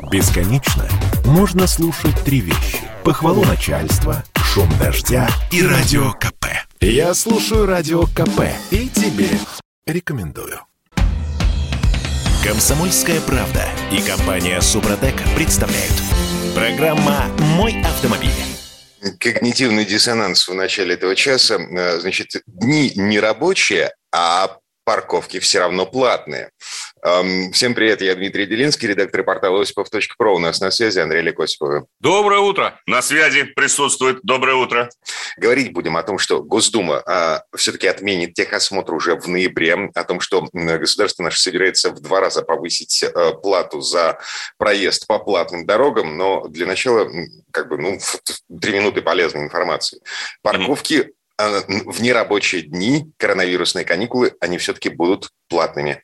Бесконечно можно слушать три вещи: похвалу начальства, шум дождя и радио КП. Я слушаю радио КП и тебе рекомендую. Комсомольская правда и компания Супротек представляют. Программа «Мой автомобиль». Когнитивный диссонанс в начале этого часа. Значит, дни не рабочие, а парковки все равно платные. Всем привет, я Дмитрий Делинский, редактор портала Осипов.про. У нас на связи Андрей Олег Осипов. Доброе утро. На связи присутствует. Доброе утро. Говорить будем о том, что Госдума все-таки отменит техосмотр уже в ноябре, о том, что государство наше собирается в 2 раза повысить плату за проезд по платным дорогам, но для начала 3 минуты полезной информации. Парковки в нерабочие дни, коронавирусные каникулы, они все-таки будут платными.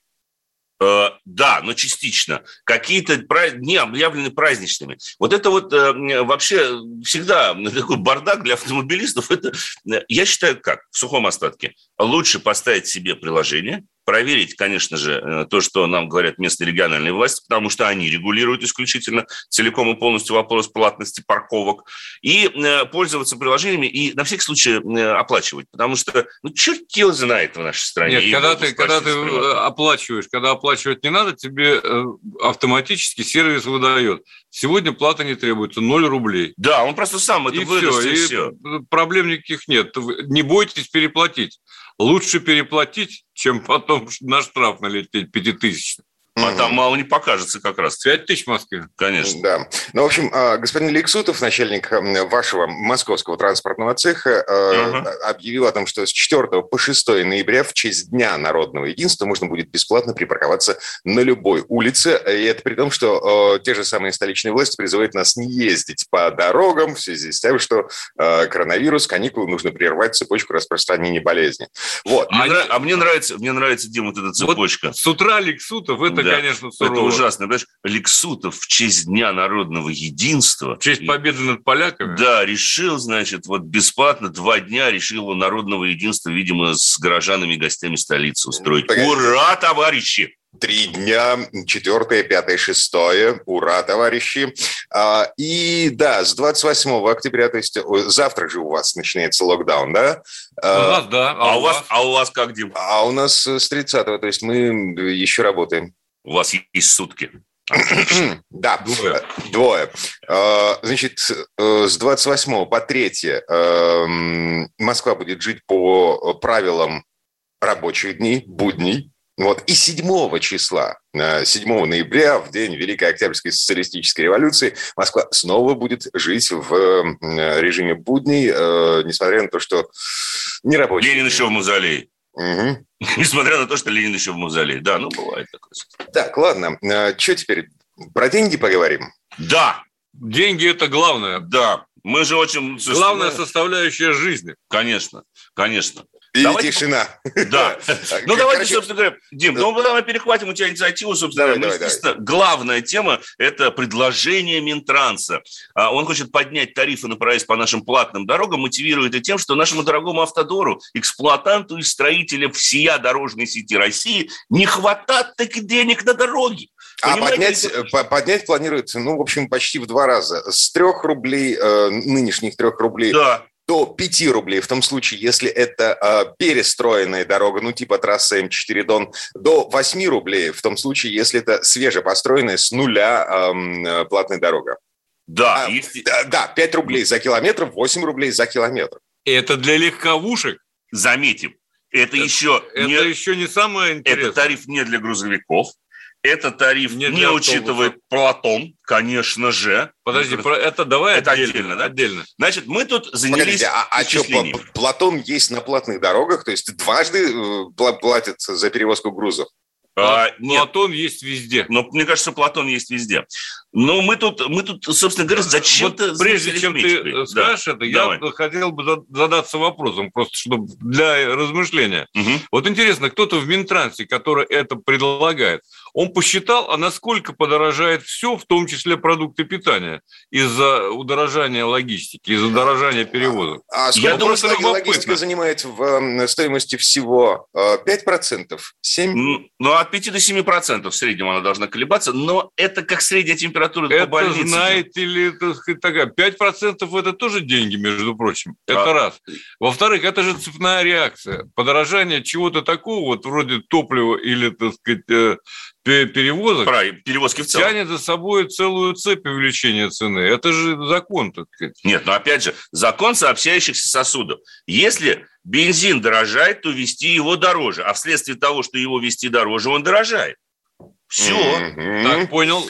Да, но частично. Какие-то дни объявлены праздничными. Вот это вот вообще всегда такой бардак для автомобилистов. Это, я считаю, как в сухом остатке. Лучше поставить себе приложение, проверить, конечно же, то, что нам говорят местные региональные власти, потому что они регулируют исключительно целиком и полностью вопрос платности парковок, и пользоваться приложениями, и на всякий случай оплачивать, потому что, черт его знает в нашей стране. Нет, когда ты оплачиваешь, когда оплачивать не надо, тебе автоматически сервис выдает. Сегодня плата не требуется, 0 рублей. Да, он просто сам это выдаст, и все. Проблем никаких нет. Не бойтесь переплатить. Лучше переплатить, чем потом на штраф налететь 5000. А там мало не покажется как раз. 5000 в Москве. Конечно. Да. Ну, в общем, господин Лексутов, начальник вашего московского транспортного цеха, объявил о том, что с 4 по 6 ноября в честь Дня народного единства можно будет бесплатно припарковаться на любой улице. И это при том, что те же самые столичные власти призывают нас не ездить по дорогам в связи с тем, что коронавирус, каникулы, нужно прервать цепочку распространения болезни. Вот. Мне нравится, Дим, вот эта цепочка. Вот с утра Лексутов, это, конечно, сурово. Это ужасно. Понимаешь, Лексутов в честь Дня народного единства... В честь победы над поляками? Да, решил, бесплатно 2 дня решил народного единства, видимо, с горожанами и гостями столицы устроить. Погоди. Ура, товарищи! 3 дня, 4, 5, 6. Ура, товарищи. И да, с 28 октября, то есть завтра же у вас начинается локдаун, да? У нас, да. А у вас как, Дим? А у нас с 30-го, то есть мы еще работаем. У вас есть сутки. Да, двое. Значит, с 28 по 3 Москва будет жить по правилам рабочих дней, будней. Вот. И 7 числа, 7 ноября, в день Великой Октябрьской социалистической революции, Москва снова будет жить в режиме будней, несмотря на то, что не рабочий. Ленин еще в мавзолее. Угу. Несмотря на то, что Ленин еще в мавзолее. Да, бывает такое. Так, ладно. Что теперь? Про деньги поговорим? Да. Деньги – это главное. Да. Мы же очень... Главная составляющая жизни. Конечно. И давайте... тишина. Да. Давайте, собственно говоря, Дим, давай перехватим у тебя инициативу, собственно говоря. Естественно, главная тема – это предложение Минтранса. Он хочет поднять тарифы на проезд по нашим платным дорогам, мотивирует это тем, что нашему дорогому автодору, эксплуатанту и строителям всея дорожной сети России не хватает таких денег на дороги. А поднять планируется, в общем, почти в 2 раза. С 3 рублей, нынешних 3 рублей, до 5 рублей, в том случае, если это перестроенная дорога, типа трасса М4 Дон, до 8 рублей, в том случае, если это свежепостроенная с нуля платная дорога. Да, 5 рублей за километр, 8 рублей за километр. Это для легковушек. Заметим, это еще не самое интересное. Это тариф не для грузовиков. Этот тариф не учитывает Платон, конечно же. Подожди, это давай это отдельно, да? Отдельно. Значит, мы тут занялись исчислениями. Что, Платон есть на платных дорогах? То есть дважды платят за перевозку грузов? Платон есть везде. Но мне кажется, Платон есть везде. Но мы тут, собственно говоря, зачем-то... Прежде чем ты скажешь это, я хотел бы задаться вопросом, просто чтобы для размышления. Вот интересно, кто-то в Минтрансе, который это предлагает, Он посчитал, а насколько подорожает все, в том числе продукты питания, из-за удорожания логистики, из-за удорожания перевозок. А сколько логистика занимает в стоимости всего? 5%? 7%? Ну, от 5 до 7% в среднем она должна колебаться, но это как средняя температура по больнице. Это, знаете ли, так сказать, такая, 5% это тоже деньги, между прочим. Это раз. Во-вторых, это же цепная реакция. Подорожание чего-то такого, вот вроде топлива или, так сказать, перевозок, перевозки в целом, тянет за собой целую цепь увеличения цены. Это же закон, так сказать. Нет, но опять же, закон сообщающихся сосудов. Если бензин дорожает, то везти его дороже. А вследствие того, что его везти дороже, он дорожает. Все. Так, понял.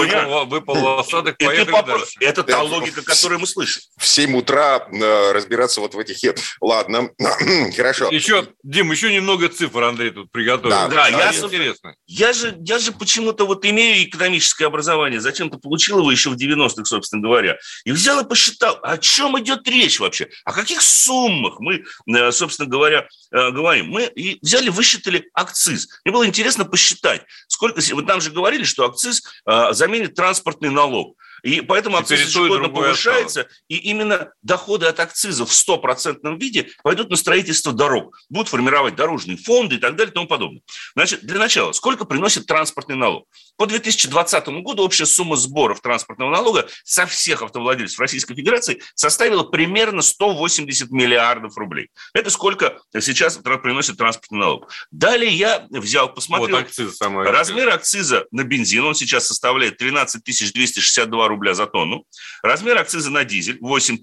Выпал осадок, поехали дальше. Это та логика, которую мы слышим. В 7 утра разбираться вот в этих... Ладно, хорошо. Дим, еще немного цифр Андрей тут приготовил. Да, интересно. Я же почему-то вот имею экономическое образование, зачем-то получил его еще в 90-х, собственно говоря, и взял и посчитал, о чем идет речь вообще, о каких суммах мы, собственно говоря, говорим. Мы взяли, высчитали акциз. Мне было интересно посчитать, сколько... Вот нам же говорили, что акциз заменит транспортный налог. И поэтому акциз ежегодно повышается, и именно доходы от акцизов в 100% виде пойдут на строительство дорог, будут формировать дорожные фонды и так далее и тому подобное. Значит, для начала, сколько приносит транспортный налог? По 2020 году общая сумма сборов транспортного налога со всех автовладельцев Российской Федерации составила примерно 180 миллиардов рублей. Это сколько сейчас приносит транспортный налог. Далее я взял, посмотрел. Вот акциз, размер акциза на бензин, он сейчас составляет 13 262 рубля за тонну. Размер акциза на дизель 8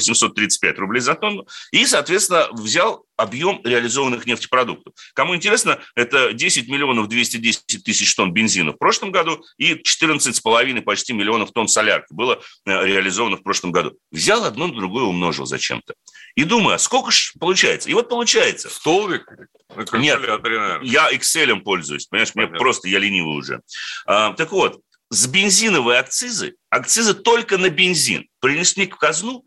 835 рублей за тонну. И, соответственно, взял объем реализованных нефтепродуктов. Кому интересно, это 10 миллионов 210 тысяч тонн бензина в прошлом году и 14,5 почти миллионов тонн солярки было реализовано в прошлом году. Взял одно на другое, умножил зачем-то. И думаю, а сколько же получается? И вот получается. Столбик? Нет, я Excel пользуюсь, понимаешь, я ленивый уже. Так вот, с бензиновые акцизы только на бензин принесли в казну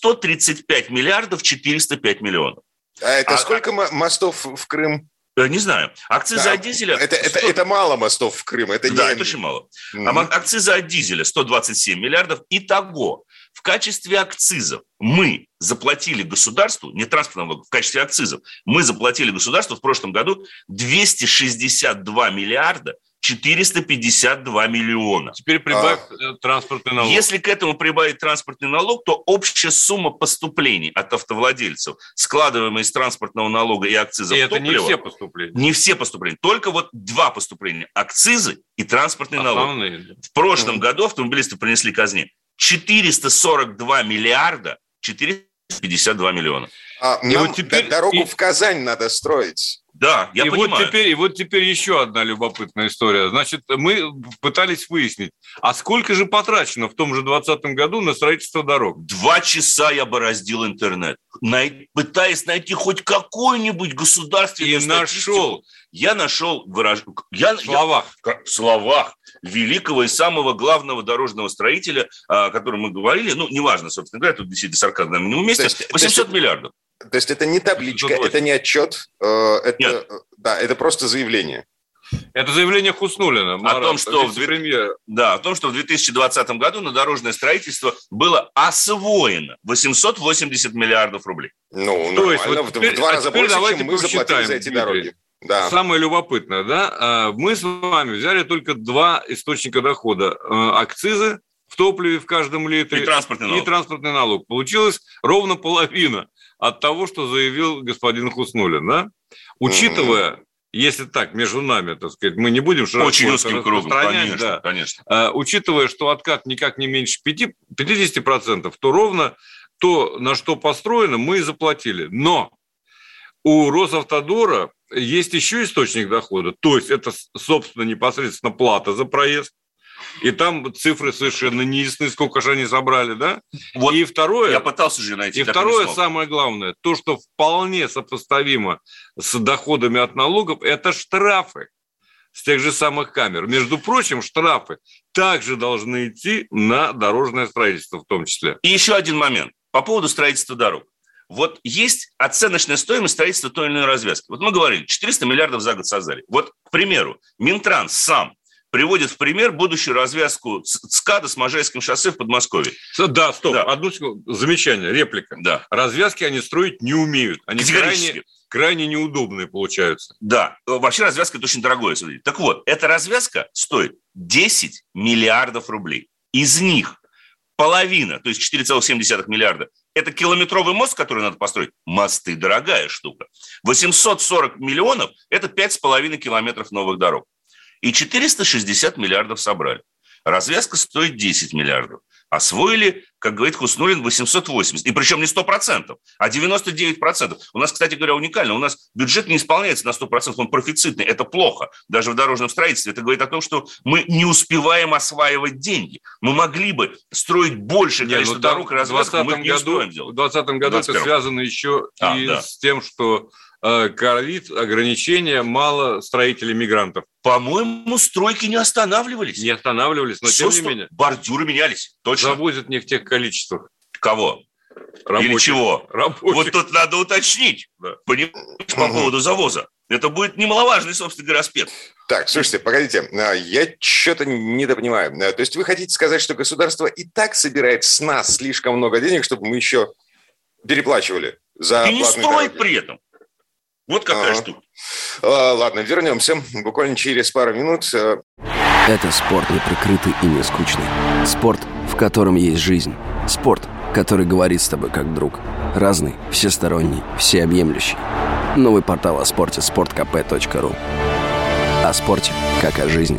135 миллиардов 405 миллионов. А это сколько мостов в Крым? Не знаю. Акцизы от дизеля... Это мало мостов в Крым. Это очень мало. Акцизы от дизеля 127 миллиардов. Итого, в качестве акцизов мы заплатили государству, не транспортного налога, в качестве акцизов, мы заплатили государству в прошлом году 262 миллиарда 452 миллиона. Теперь прибавь транспортный налог. Если к этому прибавить транспортный налог, то общая сумма поступлений от автовладельцев, складываемая из транспортного налога и акцизов топлива... это не все поступления. Не все поступления. Только вот 2 поступления. Акцизы и транспортный налог. В прошлом году автомобилисты принесли казне 442 миллиарда 452 миллиона. Нам дорогу в Казань надо строить. Да, я понимаю. Вот теперь еще одна любопытная история. Значит, мы пытались выяснить, а сколько же потрачено в том же 2020 году на строительство дорог? 2 часа я бораздил интернет, пытаясь найти хоть какую-нибудь государственную статистику. Я нашел в словах великого и самого главного дорожного строителя, о котором мы говорили, неважно, собственно говоря, тут действительно сарказм на минимум месте, 800 миллиардов. То есть это не табличка, это не отчет, это просто заявление. Это заявление Хуснуллина. О том, что в 2020 году на дорожное строительство было освоено 880 миллиардов рублей. То есть в 2 раза больше, чем мы заплатили за эти дороги. Да. Самое любопытное, мы с вами взяли только 2 источника дохода. Акцизы в топливе в каждом литре и транспортный налог. Получилось ровно половина от того, что заявил господин Хуснуллин. Да? Учитывая, если так, между нами, так сказать, мы не будем широко очень узким кругом, конечно. Учитывая, что откат никак не меньше 50%, то ровно то, на что построено, мы и заплатили. Но у Росавтодора есть еще источник дохода, то есть это, собственно, непосредственно плата за проезд, и там цифры совершенно неясны, сколько же они собрали, да? Вот и второе, я пытался же найти. И второе, самое главное, то, что вполне сопоставимо с доходами от налогов, это штрафы с тех же самых камер. Между прочим, штрафы также должны идти на дорожное строительство в том числе. И еще один момент по поводу строительства дорог. Вот есть оценочная стоимость строительства той или иной развязки. Вот мы говорили, 400 миллиардов за год создали. Вот, к примеру, Минтранс сам приводит в пример будущую развязку ЦКАДа с Можайским шоссе в Подмосковье. Да, стоп, да. Одну секунду. Замечание, реплика. Да. Развязки они строить не умеют. Они крайне неудобные получаются. Да, вообще развязка – это очень дорогое. Смотрите. Так вот, эта развязка стоит 10 миллиардов рублей. Из них половина, то есть 4,7 миллиарда, это километровый мост, который надо построить. Мосты – дорогая штука. 840 миллионов – это 5,5 километров новых дорог. И 460 миллиардов собрали. Развязка стоит 10 миллиардов. Освоили, как говорит Хуснуллин, 880. И причем не 100%, а 99%. У нас, кстати говоря, уникально. У нас бюджет не исполняется на 100%, он профицитный. Это плохо, даже в дорожном строительстве. Это говорит о том, что мы не успеваем осваивать деньги. Мы могли бы строить больше количество дорог и развязок, мы не успеваем делать. В 2020 году это связано еще с тем, что ковид, ограничения, мало строителей-мигрантов. По-моему, стройки не останавливались. Не останавливались, но тем не менее. Бордюры менялись, точно. Завозят не в тех количествах. Кого? Рабочих. Или чего? Рабочих. Вот тут надо уточнить, понимаете, по поводу завоза. Это будет немаловажный, собственно говоря, аспект. Так, слушайте, погодите, я что-то недопонимаю. То есть вы хотите сказать, что государство и так собирает с нас слишком много денег, чтобы мы еще переплачивали за и не строит дороги? При этом. Вот какая штука. Ладно, вернемся буквально через пару минут. Это спорт неприкрытый и не скучный. Спорт, в котором есть жизнь. Спорт, который говорит с тобой как друг. Разный, всесторонний, всеобъемлющий. Новый портал о спорте – sportkp.ru. О спорте, как о жизни.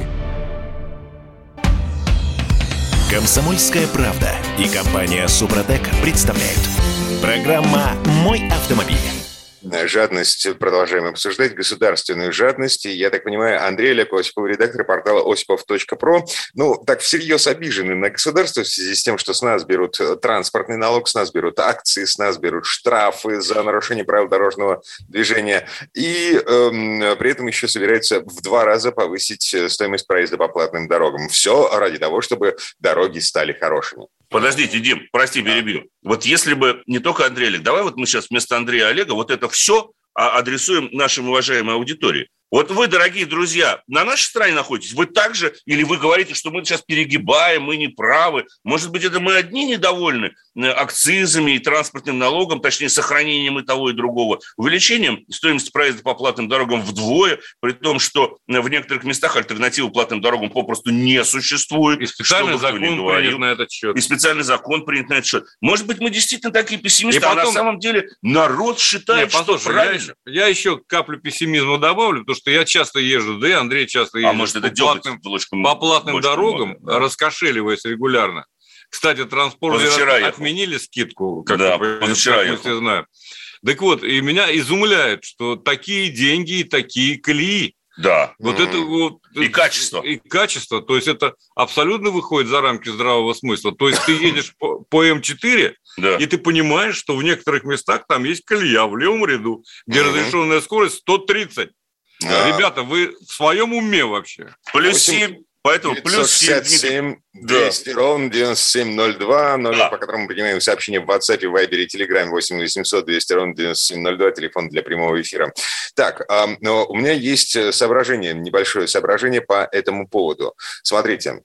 «Комсомольская правда» и компания «Супротек» представляют. Программа «Мой автомобиль». Жадность продолжаем обсуждать, государственную жадность. Я так понимаю, Андрей Олег Осипов, редактор портала osipov.pro. Ну, так всерьез обижены на государство в связи с тем, что с нас берут транспортный налог, с нас берут акции, с нас берут штрафы за нарушение правил дорожного движения. И при этом еще собираются в 2 раза повысить стоимость проезда по платным дорогам. Все ради того, чтобы дороги стали хорошими. Подождите, Дим, прости, перебью. Вот если бы не только Андрей Олег, давай вот мы сейчас вместо Андрея Олега вот это все адресуем нашим уважаемой аудитории. Вот вы, дорогие друзья, на нашей стороне находитесь? Вы также, или вы говорите, что мы сейчас перегибаем, мы не правы? Может быть, это мы одни недовольны акцизами и транспортным налогом, точнее, сохранением и того, и другого, увеличением стоимости проезда по платным дорогам вдвое, при том, что в некоторых местах альтернативы платным дорогам попросту не существует. И специальный закон принят на этот счет. И специальный закон принят на этот счет. Может быть, мы действительно такие пессимисты, а на самом деле народ считает, что правильно. Я еще каплю пессимизма добавлю, потому что я часто езжу, да и Андрей часто ездит по платным дорогам, раскошеливаясь регулярно. Кстати, транспортеры отменили скидку, как мы все знаем. Так вот, и меня изумляет, что такие деньги и такие колеи. Да. Вот это вот... И качество. И качество. То есть это абсолютно выходит за рамки здравого смысла. То есть ты едешь по М4, да. И ты понимаешь, что в некоторых местах там есть колея в левом ряду, где разрешенная скорость 130. Да. Ребята, вы в своем уме вообще? Плюс 7. Поэтому плюс 7, 200, ровно 9702, номер, по которому мы принимаем сообщения в WhatsApp, Viber и Telegram, 8 800 200 ровно 9702, телефон для прямого эфира. Так, но у меня есть небольшое соображение по этому поводу. Смотрите,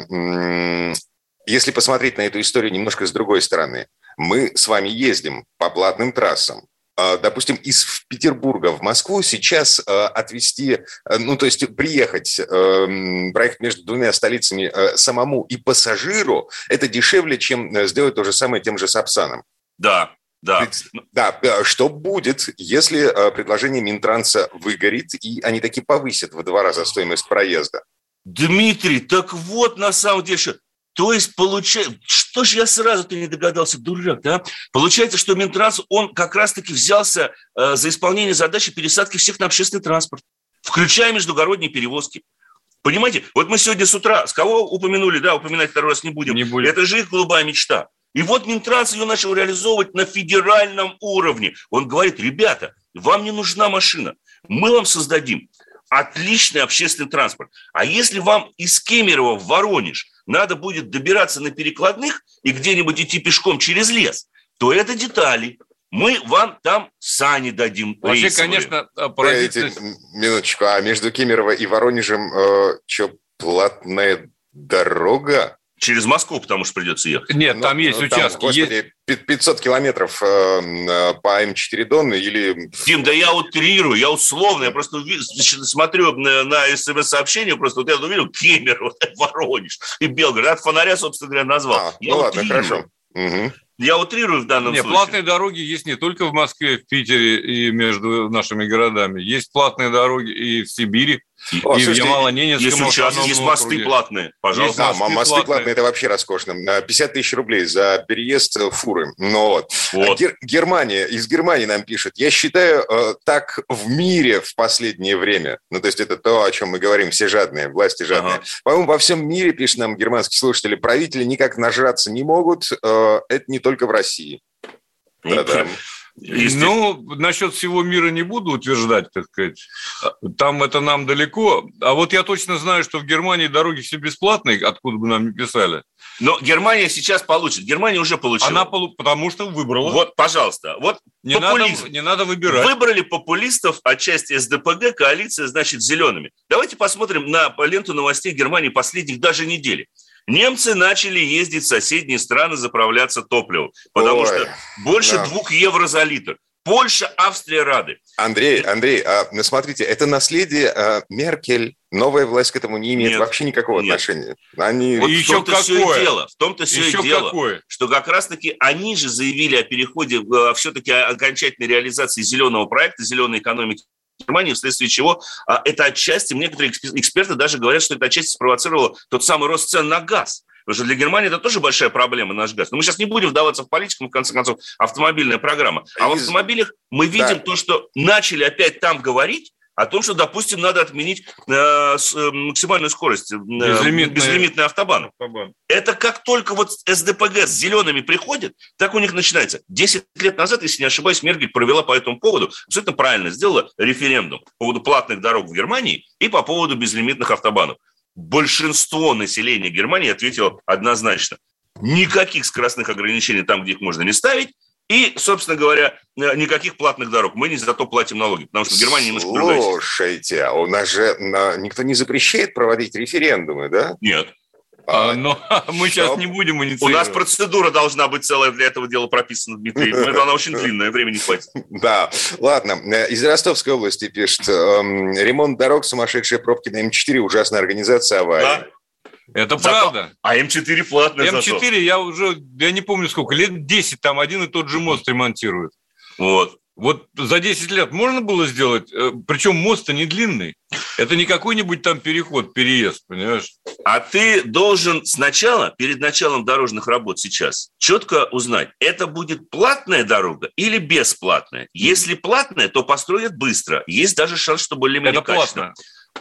если посмотреть на эту историю немножко с другой стороны, мы с вами ездим по платным трассам. Допустим, из Петербурга в Москву сейчас отвезти, то есть приехать, проехать между 2 столицами самому и пассажиру, это дешевле, чем сделать то же самое тем же Сапсаном. Да. Да. Что будет, если предложение Минтранса выгорит, и они таки повысят в 2 раза стоимость проезда? Дмитрий, так вот на самом деле, то есть, получается, что же я сразу-то не догадался, дурак, да? Получается, что Минтранс, он как раз-таки взялся за исполнение задачи пересадки всех на общественный транспорт, включая междугородние перевозки. Понимаете, вот мы сегодня с утра, с кого упомянули, упоминать 2 раз не будем. Это же их голубая мечта. И вот Минтранс ее начал реализовывать на федеральном уровне. Он говорит, ребята, вам не нужна машина, мы вам создадим отличный общественный транспорт. А если вам из Кемерово в Воронеж надо будет добираться на перекладных и где-нибудь идти пешком через лес, то это детали. Мы вам там сани дадим. Вообще, конечно, поразительно. Минуточку, а между Кемерово и Воронежем платная дорога? Через Москву, потому что придется ехать. Нет, там есть участки. Господи, 500 километров по М4 Дон или... Дим, да я утрирую, я условно, я просто смотрю на СМС-сообщение, просто вот я увидел Кемерово, Воронеж и Белгород. От фонаря, собственно говоря, назвал. Ну ладно, хорошо. Угу. Я утрирую в данном случае. Платные дороги есть не только в Москве, в Питере и между нашими городами. Есть платные дороги и в Сибири, и в Ямало-Ненецком. Если сейчас есть мосты платные, пожалуйста. Да, мосты платные, это вообще роскошно. 50 тысяч рублей за переезд фуры. Ну, вот. Германия, из Германии нам пишет. Я считаю, так в мире в последнее время. Ну, то есть это то, о чем мы говорим. Все жадные, власти жадные. Ага. По-моему, во всем мире, пишет нам германские слушатели, правители никак нажраться не могут. Это не только в России. Да-да. Насчет всего мира не буду утверждать, так сказать. Там это нам далеко. А вот я точно знаю, что в Германии дороги все бесплатные, откуда бы нам не писали. Но Германия сейчас получит. Германия уже получила. Потому что выбрала. Вот, пожалуйста. Вот не надо выбирать. Выбрали популистов отчасти СДПГ, коалиция, значит, с зелеными. Давайте посмотрим на ленту новостей Германии последних даже недели. Немцы начали ездить в соседние страны заправляться топливом, потому что больше 2 евро за литр. Польша, Австрия рады. Андрей, смотрите, это наследие Меркель. Новая власть к этому не имеет вообще никакого отношения. Вот в том-то все и дело, что как раз-таки они же заявили о переходе, все-таки о окончательной реализации зеленого проекта, зеленой экономики Германии, вследствие чего это отчасти, некоторые эксперты даже говорят, что это отчасти спровоцировало тот самый рост цен на газ. Потому что для Германии это тоже большая проблема, наш газ. Но мы сейчас не будем вдаваться в политику, в конце концов, автомобильная программа. А в автомобилях мы видим то, что начали опять там говорить о том, что, допустим, надо отменить максимальную скорость, безлимитный автобан. Это как только вот СДПГ с зелеными приходит, так у них начинается. 10 лет назад, если не ошибаюсь, Меркель провела по этому поводу, абсолютно правильно сделала референдум по поводу платных дорог в Германии и по поводу безлимитных автобанов. Большинство населения Германии ответило однозначно. Никаких скоростных ограничений там, где их можно не ставить. И, собственно говоря, никаких платных дорог. Мы не за то платим налоги, потому что в Германии немножко другая система. Слушайте, а у нас же никто не запрещает проводить референдумы, да? Нет. Но мы сейчас не будем инициировать. У нас процедура должна быть целая для этого дела прописана, Дмитрий. Но она очень длинная, времени не хватит. Да, ладно. Из Ростовской области пишет. Ремонт дорог, сумасшедшие пробки на М4, ужасная организация, аварии. Да. Это правда. А М4 платная М4 я не помню сколько, лет 10 там один и тот же мост ремонтируют. Вот за 10 лет можно было сделать, причем мост-то не длинный. Это не какой-нибудь там переход, переезд, понимаешь? А ты должен сначала, перед началом дорожных работ сейчас, четко узнать, это будет платная дорога или бесплатная. Если платная, то построят быстро. Есть даже шанс, что более-менее качественно.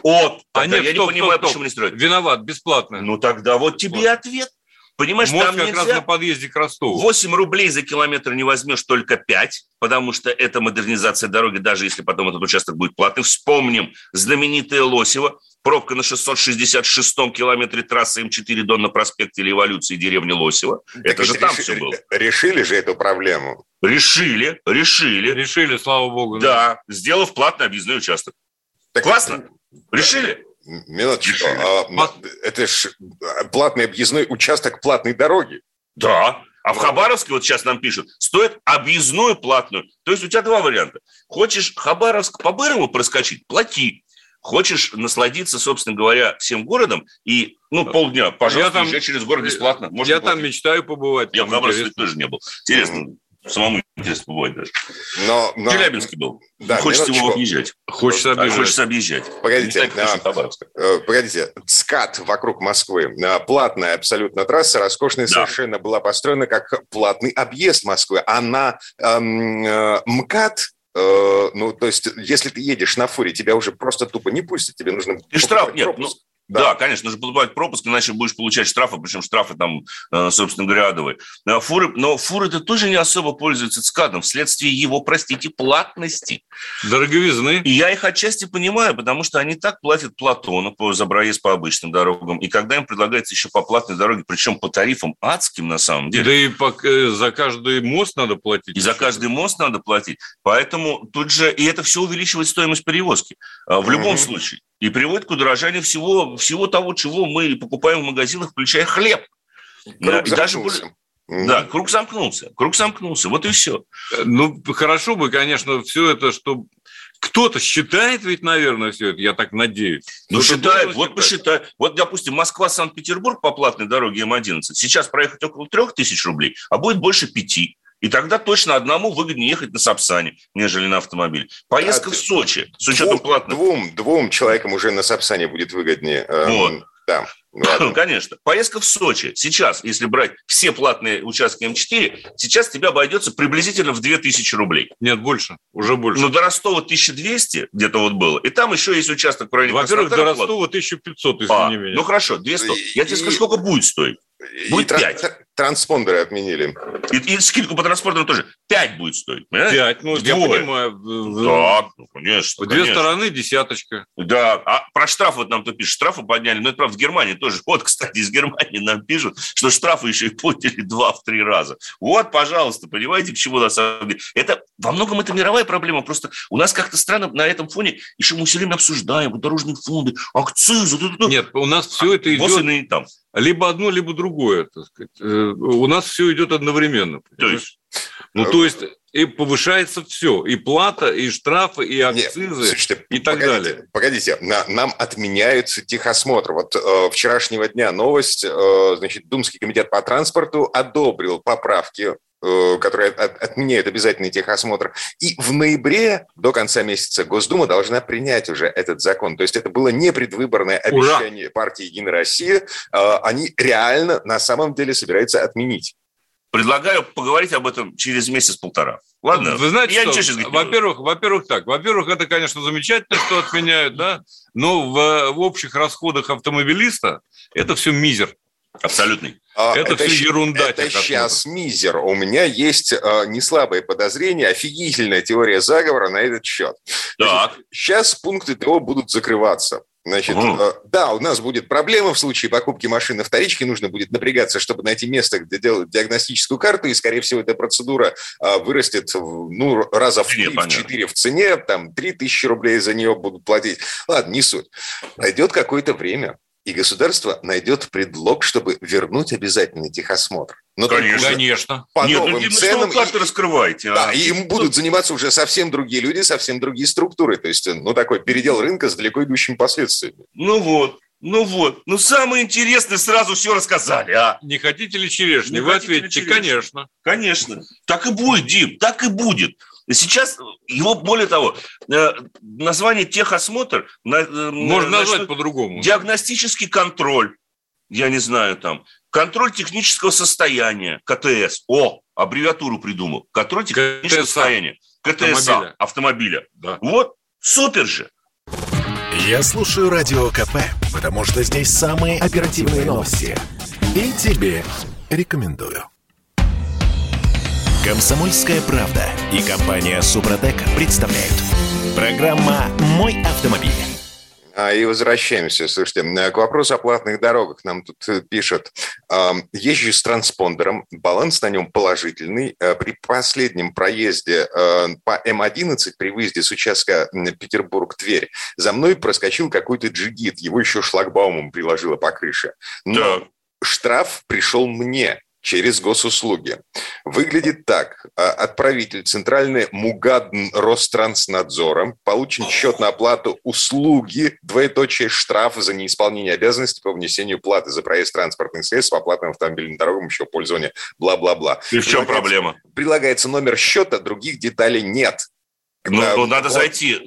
Я не понимаю, почему не строят. Виноват, бесплатно. Ну тогда вот тебе ответ. Понимаешь, мост там как нельзя. Раз на подъезде к Ростову. 8 рублей за километр не возьмешь, только 5, потому что это модернизация дороги, даже если потом этот участок будет платным. Вспомним знаменитое Лосево, пробка на 666-м километре трассы М4 Дон на проспекте Революции деревни Лосево. Это же там все было. Решили же эту проблему? Решили, слава богу. Да, сделав платный объездной участок. Классно? Решили? Минуточку. Это ж платный объездной участок платной дороги. Да. А в Хабаровске, вот сейчас нам пишут, стоит объездную платную. То есть у тебя 2 варианта. Хочешь Хабаровск по Бырому проскочить – плати. Хочешь насладиться, собственно говоря, всем городом и полдня, пожалуйста, езжай через город бесплатно. Я там мечтаю побывать. Я в Хабаровске тоже не был. Интересно. Самому интересно побывать даже. В Челябинске был. Да, хочется его объезжать. Хочется объезжать. Погодите. ЦКАД вокруг Москвы. Платная абсолютно трасса, роскошная совершенно, была построена как платный объезд Москвы. А на МКАД, то есть, если ты едешь на фуре, тебя уже просто тупо не пустят. Тебе нужно... И штраф нет. Да, конечно, нужно покупать пропуск, иначе будешь получать штрафы, причем штрафы там, собственно говоря, адовые. Но фуры-то тоже не особо пользуются ЦКАДом вследствие его, простите, платности. Дороговизны. И я их отчасти понимаю, потому что они так платят Платону за проезд по обычным дорогам, и когда им предлагается еще по платной дороге, причем по тарифам адским на самом деле. Да и за каждый мост надо платить. И за каждый мост надо платить. Поэтому тут же, и это все увеличивает стоимость перевозки. В любом случае. И приводит к удорожанию всего того, чего мы покупаем в магазинах, включая хлеб. Круг замкнулся. Да, круг замкнулся, вот и все. Ну, хорошо бы, конечно, все это, что... Кто-то считает ведь, наверное, все это, я так надеюсь. Ну, считает, вот посчитай. Вот, допустим, Москва-Санкт-Петербург по платной дороге М11 сейчас проехать около 3000 рублей, а будет больше 5. И тогда точно одному выгоднее ехать на Сапсане, нежели на автомобиле. Поездка в Сочи с учетом платных... Двум человекам уже на Сапсане будет выгоднее. Вот. Да. Конечно. Поездка в Сочи сейчас, если брать все платные участки М4, сейчас тебе обойдется приблизительно в 2000 рублей. Нет, больше, уже больше. Но до Ростова 1200 где-то вот было. И там еще есть участок в районе Во-первых, до Ростова 1500, если не менее. Ну хорошо, 200. Я тебе скажу, сколько будет стоить. Будет 5. Транспондеры отменили. И скидку по транспортеру тоже. 5 будет стоить. 5, ну, я понимаю. Да, ну, конечно. Две стороны, десяточка. Да, а про штрафы вот нам тут пишут. Штрафы подняли. Но это, правда, в Германии тоже. Вот, кстати, из Германии нам пишут, что штрафы еще и подняли 2-3 раза. Вот, пожалуйста, понимаете, к чему на самом деле. Это, во многом это мировая проблема. Просто у нас как-то странно на этом фоне еще мы все время обсуждаем дорожные фонды, акцизы. Нет, у нас все это идет... Там. Либо одно, либо другое, так сказать. У нас все идет одновременно. То есть? Ну, то есть, и повышается все. И плата, и штрафы, и акцизы, слушайте, и так далее. Погодите, нам отменяются техосмотр. Вот вчерашнего дня новость. Значит, Думский комитет по транспорту одобрил поправки, которые отменяют обязательный техосмотр. И в ноябре, до конца месяца, Госдума должна принять уже этот закон. То есть это было не предвыборное обещание партии «Единая Россия». Они реально, на самом деле, собираются отменить. Предлагаю поговорить об этом через месяц-полтора. Ладно? Вы знаете, я что? Во-первых, это, конечно, замечательно, что отменяют, да, но в общих расходах автомобилиста это все мизер. Абсолютный. Это все ерунда. Это сейчас мизер. У меня есть неслабое подозрение, офигительная теория заговора на этот счет. Так. Значит, сейчас пункты ТО будут закрываться. Значит, да, у нас будет проблема в случае покупки машины на вторичке. Нужно будет напрягаться, чтобы найти место, где делать диагностическую карту. И, скорее всего, эта процедура вырастет раза в 3-4 в цене. Там 3000 рублей за нее будут платить. Ладно, не суть. Пройдет какое-то время, и государство найдет предлог, чтобы вернуть обязательный техосмотр. Но конечно. По новым ценам. Как вы раскрываете? Да, и им будут заниматься уже совсем другие люди, совсем другие структуры. То есть, такой передел рынка с далеко идущими последствиями. Ну вот. Самое интересное сразу все рассказали, а? Не хотите ли черешни? Вы ответите, конечно. Конечно. Так и будет, Дим, так и будет. Сейчас его, более того, название техосмотр... Можно назвать по-другому. Диагностический контроль, я не знаю, там, контроль технического состояния, КТС. Аббревиатуру придумал. Контроль технического состояния. КТСа автомобиля. Да. Вот, супер же. Я слушаю Радио КП, потому что здесь самые оперативные новости. И тебе рекомендую. «Комсомольская правда» и компания «Супротек» представляют. Программа «Мой автомобиль». И возвращаемся. Слушайте, к вопросу о платных дорогах нам тут пишут. Езжу с транспондером, баланс на нем положительный. При последнем проезде по М11, при выезде с участка Петербург-Тверь, за мной проскочил какой-то джигит. Его еще шлагбаумом приложило по крыше. Но штраф пришел мне через госуслуги. Выглядит так. Отправитель Центральный МУГАДН Ространснадзора. Получен счет на оплату услуги, штраф за неисполнение обязанностей по внесению платы за проезд транспортных средств по платным автомобильным дорогам, еще пользование, бла-бла-бла. И в чем проблема? Прилагается номер счета, других деталей нет. Надо зайти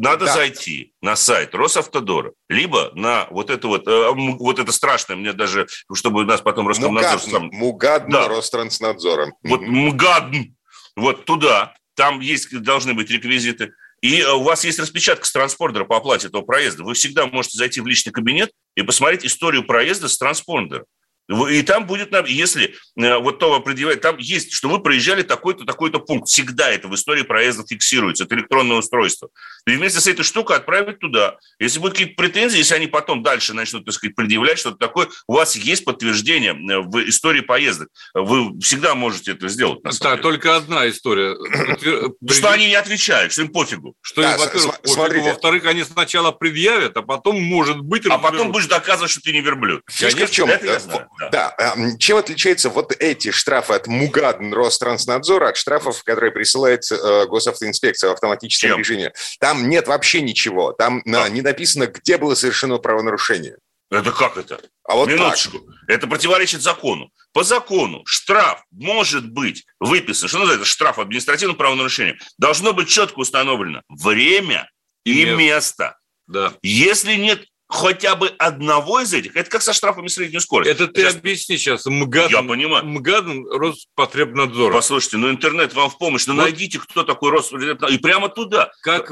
на сайт Росавтодора, либо на вот это страшное, мне даже, чтобы нас потом Роскомнадзор... МУГАДН Ространснадзора. Вот МУГАДН, вот туда, там должны быть реквизиты. И у вас есть распечатка с транспондера по оплате этого проезда. Вы всегда можете зайти в личный кабинет и посмотреть историю проезда с транспондера. И там будет, если вот то предъявлять, там есть, что вы проезжали такой-то, такой-то пункт. Всегда это в истории проезда фиксируется. Это электронное устройство. И вместе с этой штукой отправить туда. Если будут какие-то претензии, если они потом дальше начнут, так сказать, предъявлять что-то такое, у вас есть подтверждение в истории поездок. Вы всегда можете это сделать. Да, только одна история. Что они не отвечают, что им пофигу. Что им, во-первых, пофигу. Во-вторых, они сначала предъявят, а потом, может быть... А потом будешь доказывать, что ты не верблюд. Фишка в чем? Это я знаю. Да. Чем отличаются вот эти штрафы от МУГАД Ространснадзора от штрафов, которые присылает госавтоинспекция в автоматическом режиме? Там нет вообще ничего. Там не написано, где было совершено правонарушение. Это как это? А вот минуточку. Так. Это противоречит закону. По закону штраф может быть выписан. Что называется штраф административного правонарушения? Должно быть четко установлено время и место. Да. Если нет хотя бы одного из этих, это как со штрафами средней скорости. Это ты объясни сейчас. Я понимаю. МГАД Роспотребнадзор. Послушайте, интернет вам в помощь. Найдите, кто такой Роспотребнадзор. И прямо туда. Как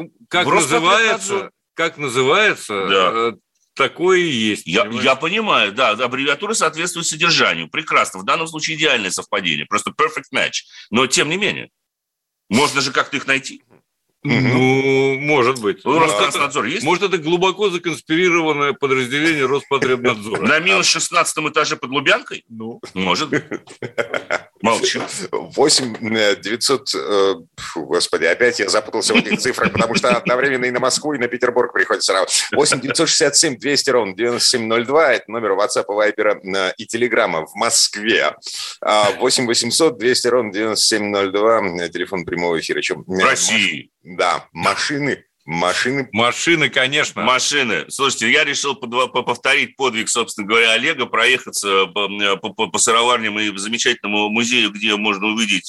называется, да. Такое и есть. Я понимаю, да. Аббревиатура соответствует содержанию. Прекрасно. В данном случае идеальное совпадение. Просто perfect match. Но тем не менее. Можно же как-то их найти. Ну, может быть. Ространснадзор есть? Может, это глубоко законспирированное подразделение Роспотребнадзора. На минус 16-м этаже под Лубянкой? Ну. Может быть. Молчу. 8 900... Господи, опять я запутался в этих цифрах, потому что одновременно и на Москву, и на Петербург приходится сразу. 8 967 200 ровно 9702. Это номер WhatsApp, Viber и Телеграма в Москве. 8 800 200 ровно 9702. Телефон прямого эфира. В России. Да, машины, конечно. Машины. Слушайте, я решил повторить подвиг, собственно говоря, Олега, проехаться по сыроварням и замечательному музею, где можно увидеть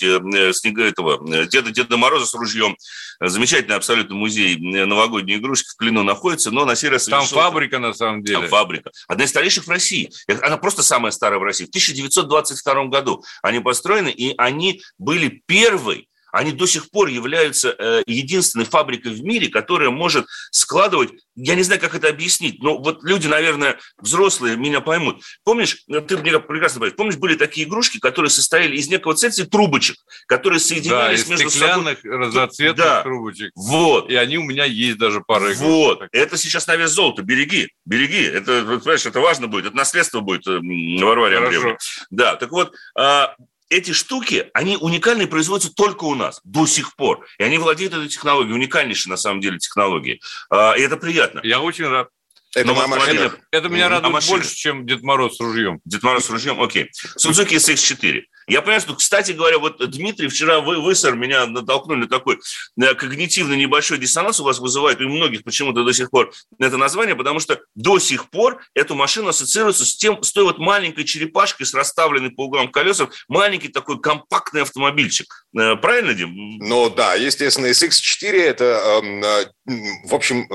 Деда Мороза с ружьем. Замечательный абсолютно музей новогодней игрушки в Клину находится, но на сей раз... Там фабрика, на самом деле. Там фабрика. Одна из старейших в России. Она просто самая старая в России. В 1922 году они построены, и они были первой. Они до сих пор являются единственной фабрикой в мире, которая может складывать, я не знаю, как это объяснить, но вот люди, наверное, взрослые меня поймут. Помнишь, ты мне прекрасно понимаешь, помнишь, были такие игрушки, которые состояли из некого цельсия трубочек, которые соединялись между собой. Да, из стеклянных разноцветных трубочек. Вот. И они у меня есть даже пара игрушек. Вот. Это сейчас на вес золота. Береги. Это, понимаешь, это важно будет. Это наследство будет Варваре Андреевне. Да, так вот... Эти штуки, они уникальные, производятся только у нас до сих пор. И они владеют этой технологией, уникальнейшей на самом деле технологией. И это приятно. Я очень рад. Это меня радует больше, чем Дед Мороз с ружьем. Дед Мороз с ружьем, окей. Suzuki SX4. Я понимаю, что, кстати говоря, вот Дмитрий, вчера вы, сэр, меня натолкнули на такой когнитивно небольшой диссонанс у вас вызывает, и у многих почему-то до сих пор это название, потому что до сих пор эту машину ассоциируется с той вот маленькой черепашкой с расставленной по углам колесом, маленький такой компактный автомобильчик. Правильно, Дим? Ну да, естественно, SX4 это, в общем,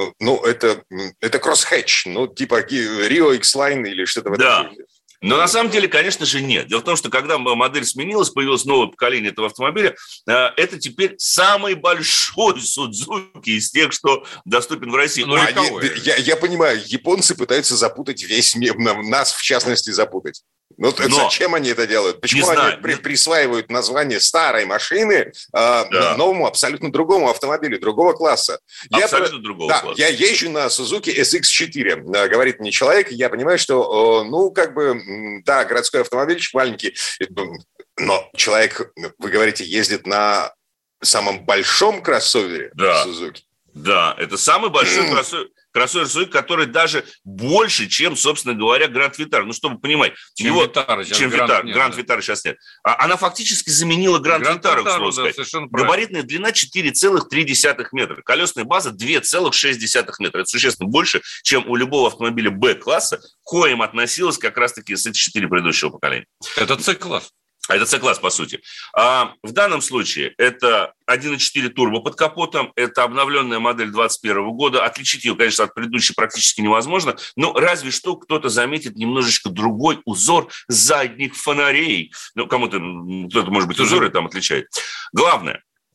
это кросс-хэтч, типа Rio X-Line или что-то в этом роде. Но на самом деле, конечно же, нет. Дело в том, что когда модель сменилась, появилось новое поколение этого автомобиля, это теперь самый большой Suzuki из тех, что доступен в России. Я понимаю, японцы пытаются запутать весь мир, нас в частности запутать. Зачем они это делают? Почему они присваивают название старой машины новому, абсолютно другому автомобилю, другого класса? Абсолютно другого класса. Я езжу на Suzuki SX4, говорит мне человек, я понимаю, что, городской автомобильчик маленький, но человек, вы говорите, ездит на самом большом кроссовере Suzuki. Да, это самый большой кроссовер Suzuki, который даже больше, чем, собственно говоря, Гранд Витара. Чтобы понимать. Чем Витара сейчас нет. Она фактически заменила Гранд Витару, к слову сказать. Габаритная длина 4,3 метра. Колесная база 2,6 метра. Это существенно больше, чем у любого автомобиля Б-класса, к коим относилась как раз-таки SX4 предыдущего поколения. Это С-класс. Это С-класс, по сути. В данном случае это 1.4 турбо под капотом, это обновленная модель 2021 года. Отличить ее, конечно, от предыдущей практически невозможно, но разве что кто-то заметит немножечко другой узор задних фонарей. Кто-то, может быть, узоры там отличает. Главное,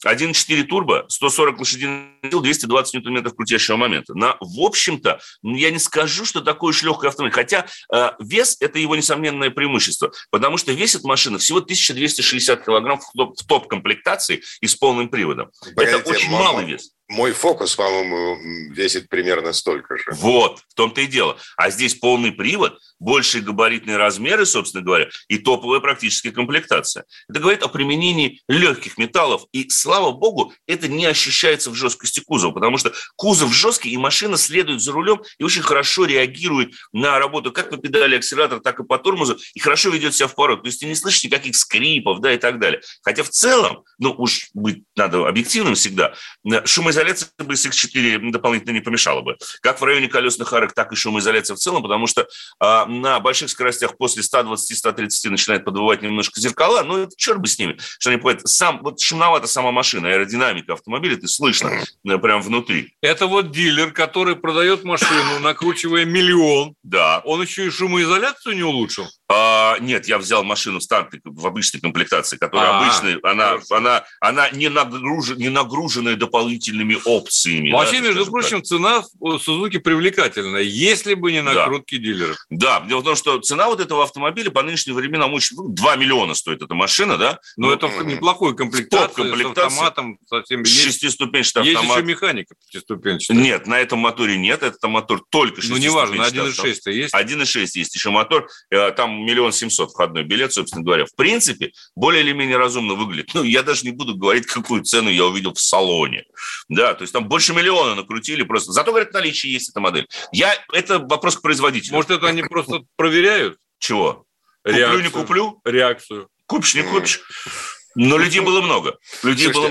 1.4 турбо, 140 лошадиных сил, 220 ньютон-метров крутящего момента. В общем-то, я не скажу, что такой уж легкий автомобиль. Хотя вес – это его несомненное преимущество. Потому что весит машина всего 1260 килограмм в топ-комплектации и с полным приводом. Это очень малый вес. Мой Фокус, по-моему, весит примерно столько же. Вот, в том-то и дело. А здесь полный привод, большие габаритные размеры, собственно говоря, и топовая практически комплектация. Это говорит о применении легких металлов. И, слава богу, это не ощущается в жесткости кузова, потому что кузов жесткий, и машина следует за рулем и очень хорошо реагирует на работу как по педали акселератора, так и по тормозу, и хорошо ведет себя в порог. То есть ты не слышишь никаких скрипов, да, и так далее. Хотя в целом, уж быть надо объективным всегда, шумоизоляция бы с X4 дополнительно не помешала бы. Как в районе колесных арок, так и шумоизоляция в целом, потому что на больших скоростях после 120-130 начинает подвывать немножко зеркала, это черт бы с ними, что они понимают. Шумновата сама машина, аэродинамика автомобиля, ты слышно прям внутри. Это дилер, который продает машину, накручивая миллион. Да. Он еще и шумоизоляцию не улучшил? Нет, я взял машину в обычной комплектации, которая обычная, она не нагруженная дополнительными опциями. Вообще, между прочим, цена Сузуки привлекательная, если бы не накрутки дилеров. Да, дело в том, что цена этого автомобиля по нынешним временам 2 миллиона стоит эта машина, да? Но это в неплохой комплектации, с автоматом, со всеми. Шестиступенчатый автомат. Есть еще механика пятиступенчатая. Нет, на этом моторе нет, этот мотор только шестиступенчатый. Неважно, 1.6-то есть? 1.6 есть еще мотор, там 1 700 000 входной билет, собственно говоря. В принципе, более или менее разумно выглядит. Я даже не буду говорить, какую цену я увидел в салоне. Да, то есть там больше миллиона накрутили просто. Зато, говорят, в наличии есть эта модель. Это вопрос к производителю. Может, это они просто проверяют? Чего? Реакцию. Куплю, не куплю? Реакцию. Купишь, не купишь? Но людей было много. Людей было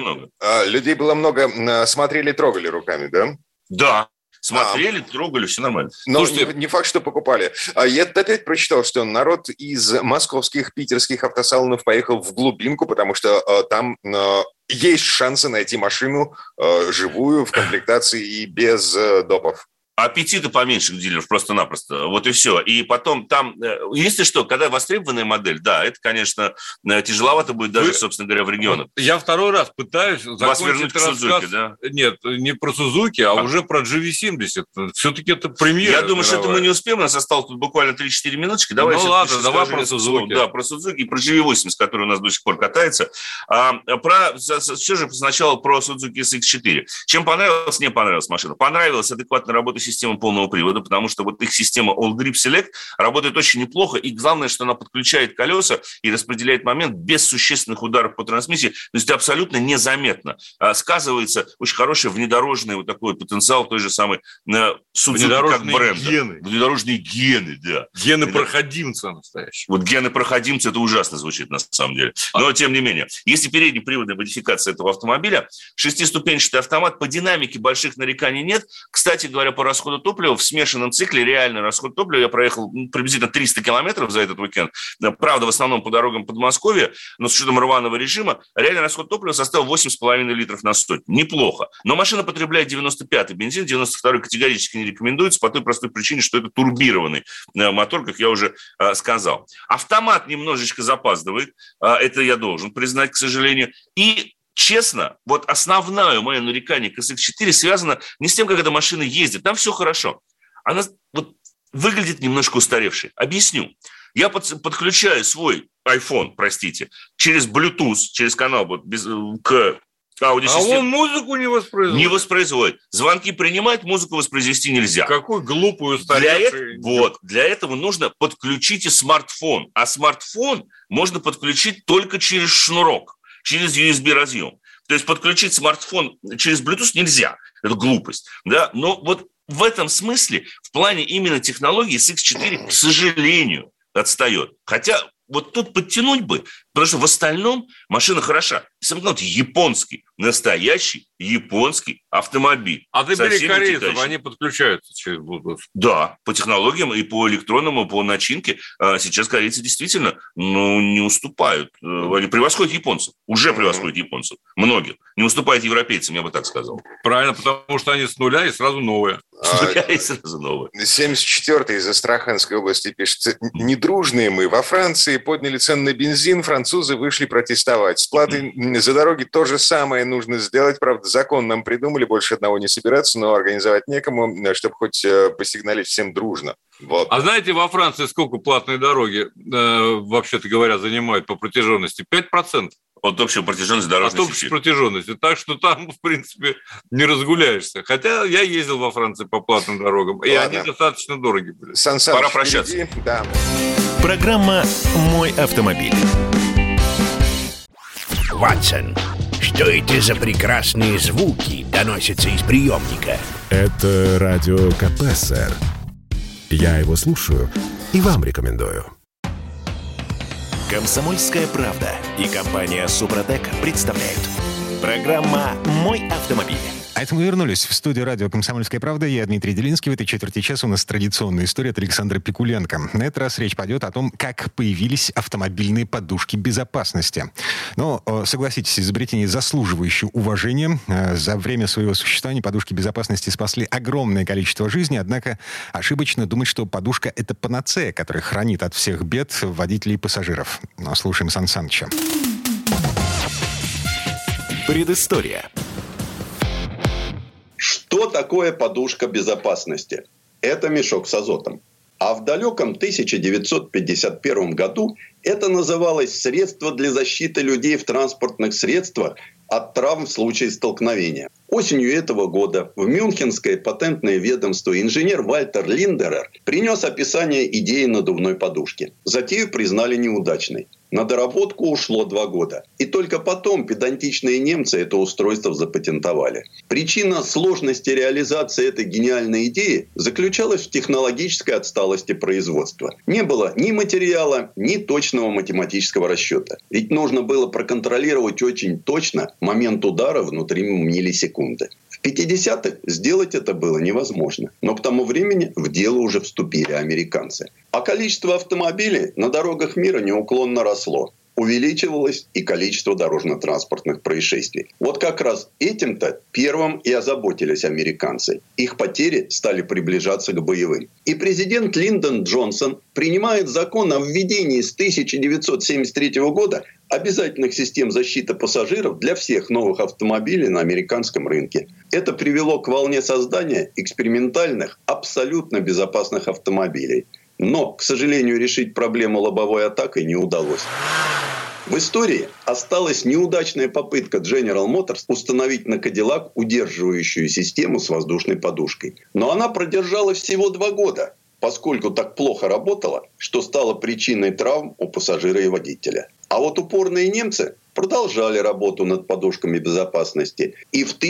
много. Смотрели, трогали руками, да? Да. Смотрели, трогали, все нормально. Но не факт, что покупали. Я опять прочитал, что народ из московских, питерских автосалонов поехал в глубинку, потому что там есть шансы найти машину живую в комплектации и без допов. Аппетита поменьше дилеров просто-напросто. Вот и все. И потом там, если что, когда востребованная модель, да, это, конечно, тяжеловато будет даже, собственно говоря, в регионах. Я второй раз пытаюсь закончить рассказ. Сузуки, да? Нет, не про Сузуки, а уже про GV70. Все-таки это премьера. Я думаю, что это мы не успеем. У нас осталось тут буквально 3-4 минуточки. Давай давай про Сузуки. Да, про Сузуки и про GV80, который у нас до сих пор катается. Все же сначала про Suzuki SX4. Чем понравилась, не понравилась машина? Понравилась адекватная работа система полного привода, потому что их система All Grip Select работает очень неплохо, и главное, что она подключает колеса и распределяет момент без существенных ударов по трансмиссии, то есть это абсолютно незаметно. Сказывается очень хороший внедорожный такой потенциал той же самой Suzuki как бренда. Внедорожные гены, да. Гены проходимца настоящие. Гены проходимца, это ужасно звучит на самом деле. Но тем не менее, если переднеприводная модификация этого автомобиля, шестиступенчатый автомат, по динамике больших нареканий нет. Кстати говоря, по расходу топлива в смешанном цикле, реальный расход топлива, я проехал приблизительно 300 километров за этот уикенд. Правда, в основном по дорогам Подмосковья, но с учетом рваного режима, реальный расход топлива составил 8,5 литров на 100. Неплохо. Но машина потребляет 95-й бензин, 92-й категорически не рекомендуется по той простой причине, что это турбированный мотор, как я уже сказал. Автомат немножечко запаздывает, это я должен признать, к сожалению. И честно, основное мое нарекание к SX4 связано не с тем, как эта машина ездит. Там все хорошо. Она выглядит немножко устаревшей. Объясню. Я подключаю свой iPhone, через Bluetooth, через канал к аудиосистеме. А он музыку не воспроизводит? Не воспроизводит. Звонки принимать, музыку воспроизвести нельзя. Какой глупый устаревший. Для этого нужно подключить и смартфон. А смартфон можно подключить только через шнурок, через USB-разъем. То есть подключить смартфон через Bluetooth нельзя. Это глупость. Да? Но в этом смысле, в плане именно технологии, SX4, к сожалению, отстает. Хотя тут подтянуть бы, потому что в остальном машина хороша. Японский, настоящий японский автомобиль. А ты бери корейцев, они подключаются через Bluetooth. Да, по технологиям и по электронному, по начинке сейчас корейцы действительно не уступают. Они превосходят японцев, уже превосходят японцев, многих. Не уступают европейцам, я бы так сказал. Правильно, потому что они с нуля и сразу новые. 74-й из Астраханской области пишет: недружные мы во Франции подняли цены на бензин, французы вышли протестовать. С платой За дороги то же самое нужно сделать. Правда, закон нам придумали, больше одного не собираться, но организовать некому, чтобы хоть посигналить всем дружно. Вот. А знаете, во Франции сколько платные дороги, вообще-то говоря, занимают по протяженности? 5%. От общей протяженности дорожной сети. От общей протяженности. Так что там, в принципе, не разгуляешься. Хотя я ездил во Франции по платным дорогам, и они достаточно дороги были. Пора прощаться. Да. Программа «Мой автомобиль». Ватсон, что это за прекрасные звуки доносятся из приемника? Это радио КП, сэр. Я его слушаю и вам рекомендую. «Комсомольская правда» и компания «Супротек» представляют. Программа «Мой автомобиль». А это мы вернулись в студию радио «Комсомольская правда». Я Дмитрий Делинский. В этой четверти часа у нас традиционная история от Александра Пикуленко. На этот раз речь пойдет о том, как появились автомобильные подушки безопасности. Но, согласитесь, изобретение, заслуживающее уважения. За время своего существования подушки безопасности спасли огромное количество жизней, однако ошибочно думать, что подушка — это панацея, которая хранит от всех бед водителей и пассажиров. Но слушаем Сан Саныча. Предыстория. Что такое подушка безопасности? Это мешок с азотом. А в далеком 1951 году это называлось средство для защиты людей в транспортных средствах от травм в случае столкновения. Осенью этого года в Мюнхенское патентное ведомство инженер Вальтер Линдерер принес описание идеи надувной подушки. Затею признали неудачной. На доработку ушло 2 года. И только потом педантичные немцы это устройство запатентовали. Причина сложности реализации этой гениальной идеи заключалась в технологической отсталости производства. Не было ни материала, ни точного математического расчета. Ведь нужно было проконтролировать очень точно момент удара внутри миллисекунды. В 50-х сделать это было невозможно. Но к тому времени в дело уже вступили американцы. А количество автомобилей на дорогах мира неуклонно росло. Увеличивалось и количество дорожно-транспортных происшествий. Вот как раз этим-то первым и озаботились американцы. Их потери стали приближаться к боевым. И президент Линдон Джонсон принимает закон о введении с 1973 года обязательных систем защиты пассажиров для всех новых автомобилей на американском рынке. Это привело к волне создания экспериментальных, абсолютно безопасных автомобилей. Но, к сожалению, решить проблему лобовой атакой не удалось. В истории осталась неудачная попытка General Motors установить на Cadillac удерживающую систему с воздушной подушкой. Но она продержалась всего 2 года, поскольку так плохо работала, что стала причиной травм у пассажира и водителя. А вот упорные немцы продолжали работу над подушками безопасности. И в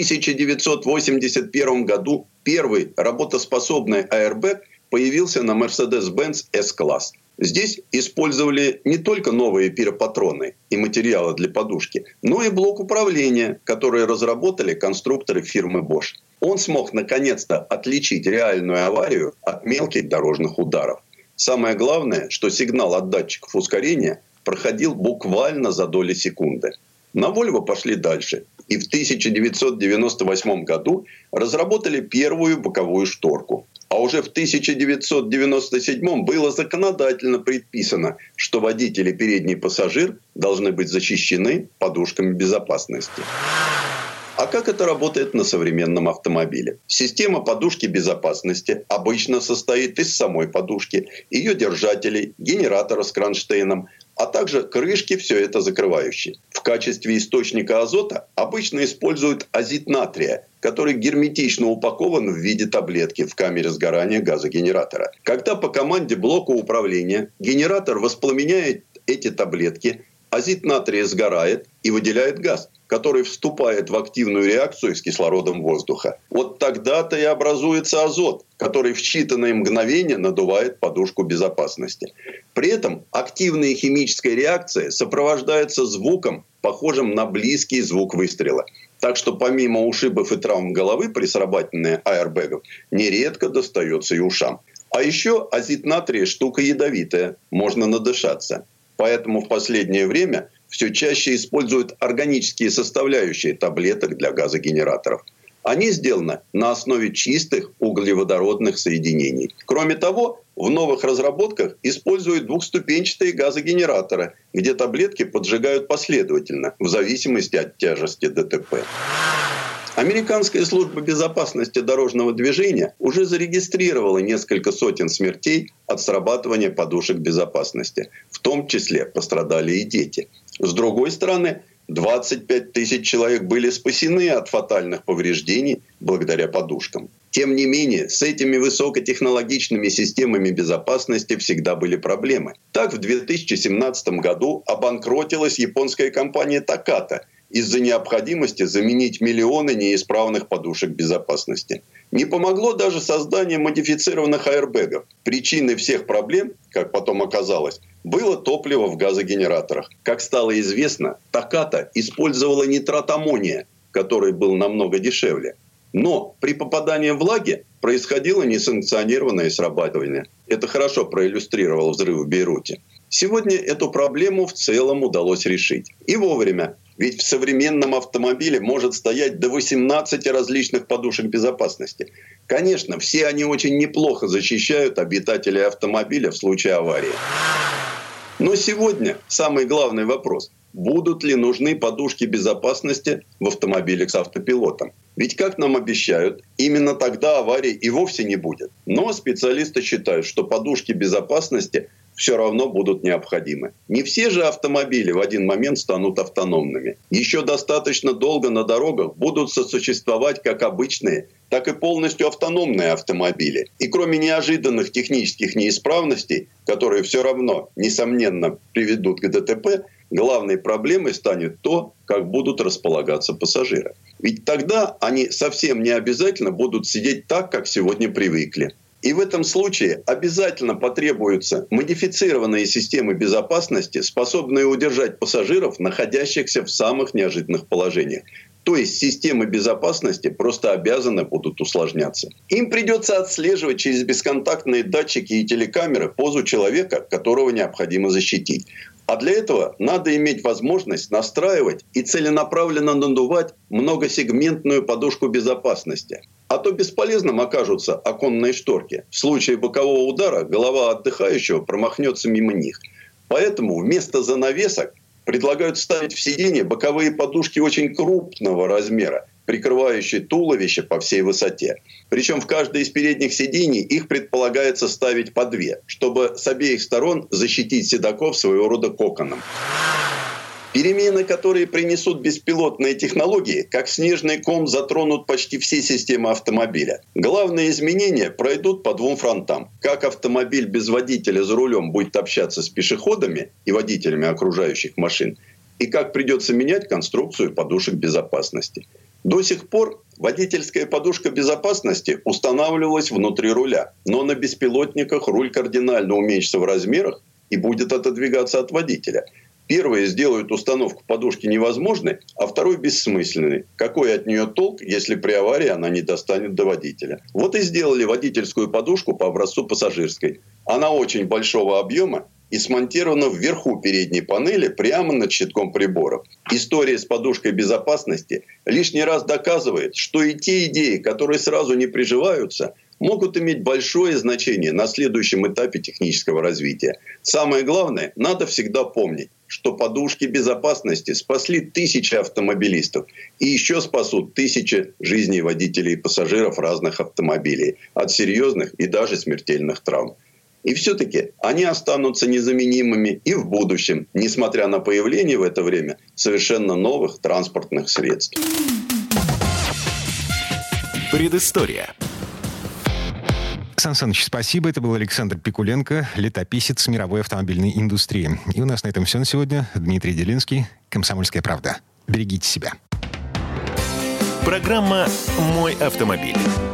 1981 году первый работоспособный аэрбэг появился на Mercedes-Benz S-класс. Здесь использовали не только новые пиропатроны и материалы для подушки, но и блок управления, который разработали конструкторы фирмы Bosch. Он смог наконец-то отличить реальную аварию от мелких дорожных ударов. Самое главное, что сигнал от датчиков ускорения проходил буквально за доли секунды. На Volvo пошли дальше. И в 1998 году разработали первую боковую шторку. А уже в 1997 было законодательно предписано, что водитель и передний пассажир должны быть защищены подушками безопасности. А как это работает на современном автомобиле? Система подушки безопасности обычно состоит из самой подушки, ее держателей, генератора с кронштейном, а также крышки, все это закрывающие. В качестве источника азота обычно используют азит натрия, который герметично упакован в виде таблетки в камере сгорания газогенератора. Когда по команде блока управления генератор воспламеняет эти таблетки, азит натрия сгорает и выделяет газ, который вступает в активную реакцию с кислородом воздуха. Вот тогда-то и образуется азот, который в считанные мгновения надувает подушку безопасности. При этом активная химическая реакция сопровождается звуком, похожим на близкий звук выстрела. Так что помимо ушибов и травм головы при срабатывании аэрбэгов, нередко достается и ушам. А еще азит натрия штука ядовитая, можно надышаться. Поэтому в последнее время все чаще используют органические составляющие таблеток для газогенераторов. Они сделаны на основе чистых углеводородных соединений. Кроме того, в новых разработках используют двухступенчатые газогенераторы, где таблетки поджигают последовательно, в зависимости от тяжести ДТП. Американская служба безопасности дорожного движения уже зарегистрировала несколько сотен смертей от срабатывания подушек безопасности. В том числе пострадали и дети. С другой стороны, 25 тысяч человек были спасены от фатальных повреждений благодаря подушкам. Тем не менее, с этими высокотехнологичными системами безопасности всегда были проблемы. Так, в 2017 году обанкротилась японская компания Takata из-за необходимости заменить миллионы неисправных подушек безопасности. Не помогло даже создание модифицированных аэрбэгов. Причиной всех проблем, как потом оказалось, было топливо в газогенераторах. Как стало известно, Takata использовала нитрат аммония, который был намного дешевле. Но при попадании влаги происходило несанкционированное срабатывание. Это хорошо проиллюстрировал взрыв в Бейруте. Сегодня эту проблему в целом удалось решить. И вовремя. Ведь в современном автомобиле может стоять до 18 различных подушек безопасности. Конечно, все они очень неплохо защищают обитателей автомобиля в случае аварии. Но сегодня самый главный вопрос – будут ли нужны подушки безопасности в автомобилях с автопилотом? Ведь, как нам обещают, именно тогда аварий и вовсе не будет. Но специалисты считают, что подушки безопасности все равно будут необходимы. Не все же автомобили в один момент станут автономными. Еще достаточно долго на дорогах будут сосуществовать как обычные, так и полностью автономные автомобили. И кроме неожиданных технических неисправностей, которые все равно, несомненно, приведут к ДТП, главной проблемой станет то, как будут располагаться пассажиры. Ведь тогда они совсем не обязательно будут сидеть так, как сегодня привыкли. И в этом случае обязательно потребуются модифицированные системы безопасности, способные удержать пассажиров, находящихся в самых неожиданных положениях. То есть системы безопасности просто обязаны будут усложняться. Им придется отслеживать через бесконтактные датчики и телекамеры позу человека, которого необходимо защитить. А для этого надо иметь возможность настраивать и целенаправленно надувать многосегментную подушку безопасности. А то бесполезным окажутся оконные шторки. В случае бокового удара голова отдыхающего промахнется мимо них. Поэтому вместо занавесок предлагают ставить в сиденье боковые подушки очень крупного размера, прикрывающие туловище по всей высоте. Причем в каждой из передних сидений их предполагается ставить по две, чтобы с обеих сторон защитить седаков своего рода коконом. Перемены, которые принесут беспилотные технологии, как снежный ком затронут почти все системы автомобиля. Главные изменения пройдут по двум фронтам. Как автомобиль без водителя за рулем будет общаться с пешеходами и водителями окружающих машин, и как придется менять конструкцию подушек безопасности. До сих пор водительская подушка безопасности устанавливалась внутри руля, но на беспилотниках руль кардинально уменьшится в размерах и будет отодвигаться от водителя. Первые сделают установку подушки невозможной, а второй бессмысленной. Какой от нее толк, если при аварии она не достанет до водителя? Вот и сделали водительскую подушку по образцу пассажирской. Она очень большого объема и смонтирована вверху передней панели прямо над щитком приборов. История с подушкой безопасности лишний раз доказывает, что и те идеи, которые сразу не приживаются, могут иметь большое значение на следующем этапе технического развития. Самое главное, надо всегда помнить, что подушки безопасности спасли тысячи автомобилистов и еще спасут тысячи жизней водителей и пассажиров разных автомобилей от серьезных и даже смертельных травм. И все-таки они останутся незаменимыми и в будущем, несмотря на появление в это время совершенно новых транспортных средств. Предыстория. Сан Саныч, спасибо. Это был Александр Пикуленко, летописец мировой автомобильной индустрии. И у нас на этом все на сегодня. Дмитрий Делинский, «Комсомольская правда». Берегите себя. Программа «Мой автомобиль».